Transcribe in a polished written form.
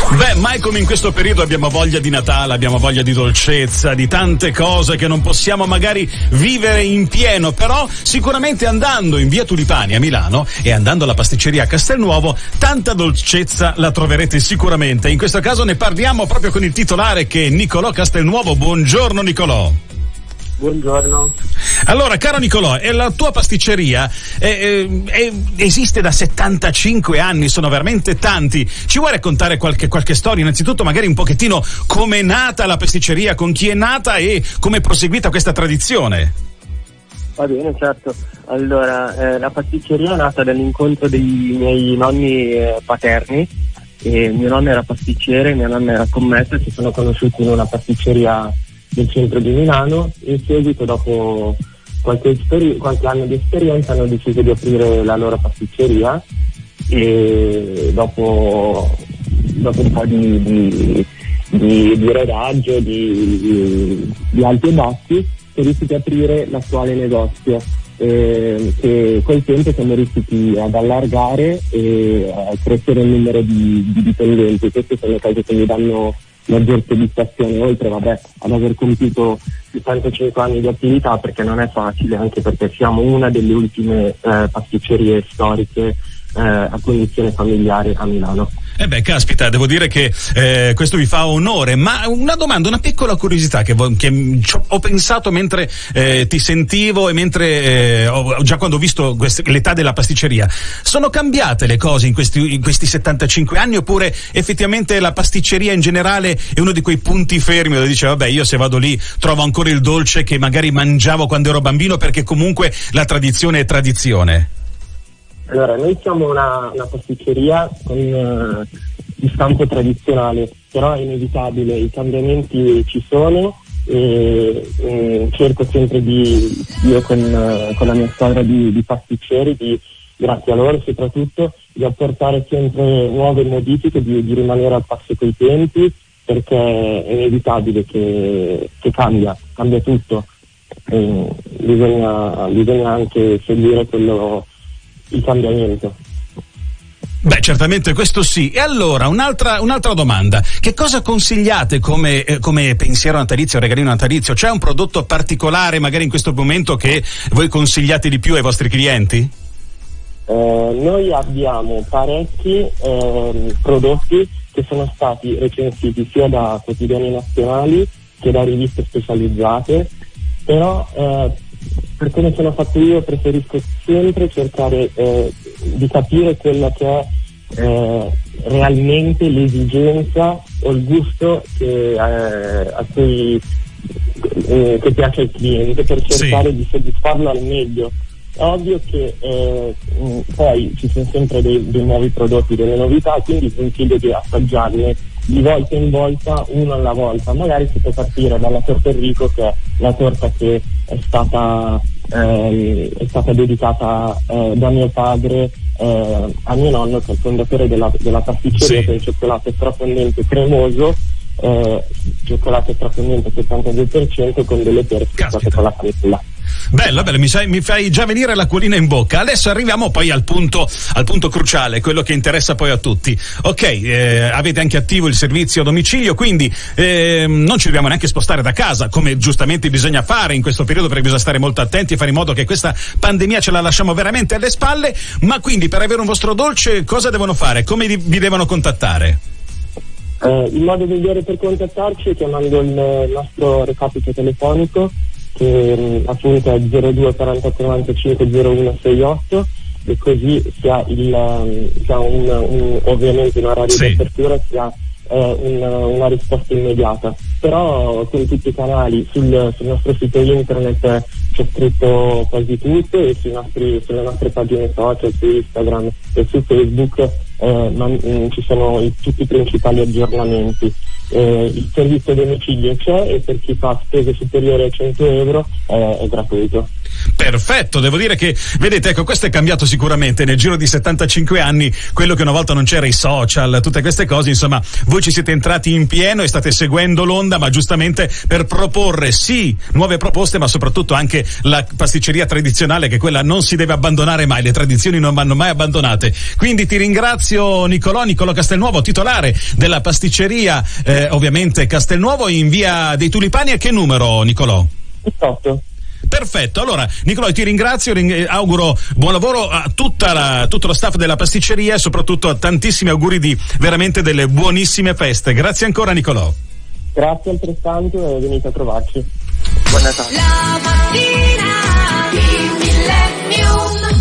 Beh, mai come in questo periodo abbiamo voglia di Natale, abbiamo voglia di dolcezza, di tante cose che non possiamo magari vivere in pieno, però sicuramente andando in via Tulipani a Milano e andando alla pasticceria a Castelnuovo, tanta dolcezza la troverete sicuramente. In questo caso ne parliamo proprio con il titolare, che è Nicolò Castelnuovo. Buongiorno Nicolò. Buongiorno. Allora, caro Nicolò, la tua pasticceria esiste da 75 anni, sono veramente tanti. Ci vuoi raccontare qualche storia? Innanzitutto magari un pochettino come è nata la pasticceria, con chi è nata e come è proseguita questa tradizione? Va bene, certo. Allora, la pasticceria è nata dall'incontro dei miei nonni paterni. Mio nonno era pasticcere, mia nonna era commessa, si sono conosciuti in una pasticceria del centro di Milano. In seguito, dopo qualche anno di esperienza, hanno deciso di aprire la loro pasticceria, e dopo un po' di rodaggio, di alti e bassi, si è riusciti ad aprire l'attuale negozio, che col tempo siamo riusciti ad allargare e a crescere il numero di dipendenti. Queste sono le cose che mi danno maggior soddisfazione, oltre ad aver compiuto 75 anni di attività, perché non è facile, anche perché siamo una delle ultime pasticcerie storiche a condizione familiare a Milano. Caspita, devo dire che questo vi fa onore, ma una domanda, una piccola curiosità che ho pensato mentre ti sentivo e mentre già quando ho visto l'età della pasticceria. Sono cambiate le cose in questi 75 anni, oppure effettivamente la pasticceria in generale è uno di quei punti fermi dove dice io se vado lì trovo ancora il dolce che magari mangiavo quando ero bambino, perché comunque la tradizione è tradizione? Allora, noi siamo una pasticceria con di stampo tradizionale, però è inevitabile, i cambiamenti ci sono, e cerco sempre io con la mia squadra di pasticceri, grazie a loro soprattutto, di apportare sempre nuove modifiche, di rimanere al passo coi tempi, perché è inevitabile che cambia tutto. Bisogna anche seguire il cambiamento. Certamente questo sì. E allora un'altra domanda: che cosa consigliate come pensiero natalizio, regalino natalizio? C'è un prodotto particolare magari in questo momento che voi consigliate di più ai vostri clienti? Noi abbiamo parecchi prodotti che sono stati recensiti sia da quotidiani nazionali che da riviste specializzate, però per come sono fatto io preferisco sempre cercare di capire quella che è realmente l'esigenza o il gusto che piace al cliente, per cercare di soddisfarlo al meglio. È ovvio che poi ci sono sempre dei nuovi prodotti, delle novità, quindi consiglio di assaggiarne di volta in volta, uno alla volta. Magari si può partire dalla torta Enrico, che è la torta che è stata dedicata da mio padre a mio nonno, che è il fondatore della pasticceria, che è il cioccolato strafondente cremoso, cioccolato strafondente 72% con delle perse con la canella. Bello, mi fai già venire l'acquolina in bocca. Adesso arriviamo poi al punto cruciale, quello che interessa poi a tutti. Ok, avete anche attivo il servizio a domicilio, quindi non ci dobbiamo neanche spostare da casa, come giustamente bisogna fare in questo periodo, perché bisogna stare molto attenti e fare in modo che questa pandemia ce la lasciamo veramente alle spalle. Ma quindi, per avere un vostro dolce, cosa devono fare? Come vi devono contattare? Il modo migliore per contattarci è chiamando il nostro recapito telefonico, che appunto è 02 48 95 01 68, e così si ha ovviamente un orario di apertura, si ha una risposta immediata. Però con tutti i canali sul nostro sito internet c'è scritto quasi tutto, e sulle nostre pagine social, su Instagram e su Facebook ci sono tutti i principali aggiornamenti. Il servizio a domicilio c'è, e per chi fa spese superiori a 100 euro è gratuito. Perfetto, devo dire che, vedete, ecco, questo è cambiato sicuramente nel giro di 75 anni, quello che una volta non c'era, i social, tutte queste cose, insomma, voi ci siete entrati in pieno e state seguendo l'onda, ma giustamente per proporre sì nuove proposte, ma soprattutto anche la pasticceria tradizionale, che quella non si deve abbandonare mai, le tradizioni non vanno mai abbandonate. Quindi ti ringrazio Nicolò Castelnuovo, titolare della pasticceria ovviamente Castelnuovo in via dei Tulipani. A che numero, Nicolò? 8. Perfetto, allora Nicolò, ti ringrazio, auguro buon lavoro a tutto lo staff della pasticceria e soprattutto tantissimi auguri di veramente delle buonissime feste. Grazie ancora Nicolò. Grazie altrettanto e venite a trovarci. Buon Natale. La mattina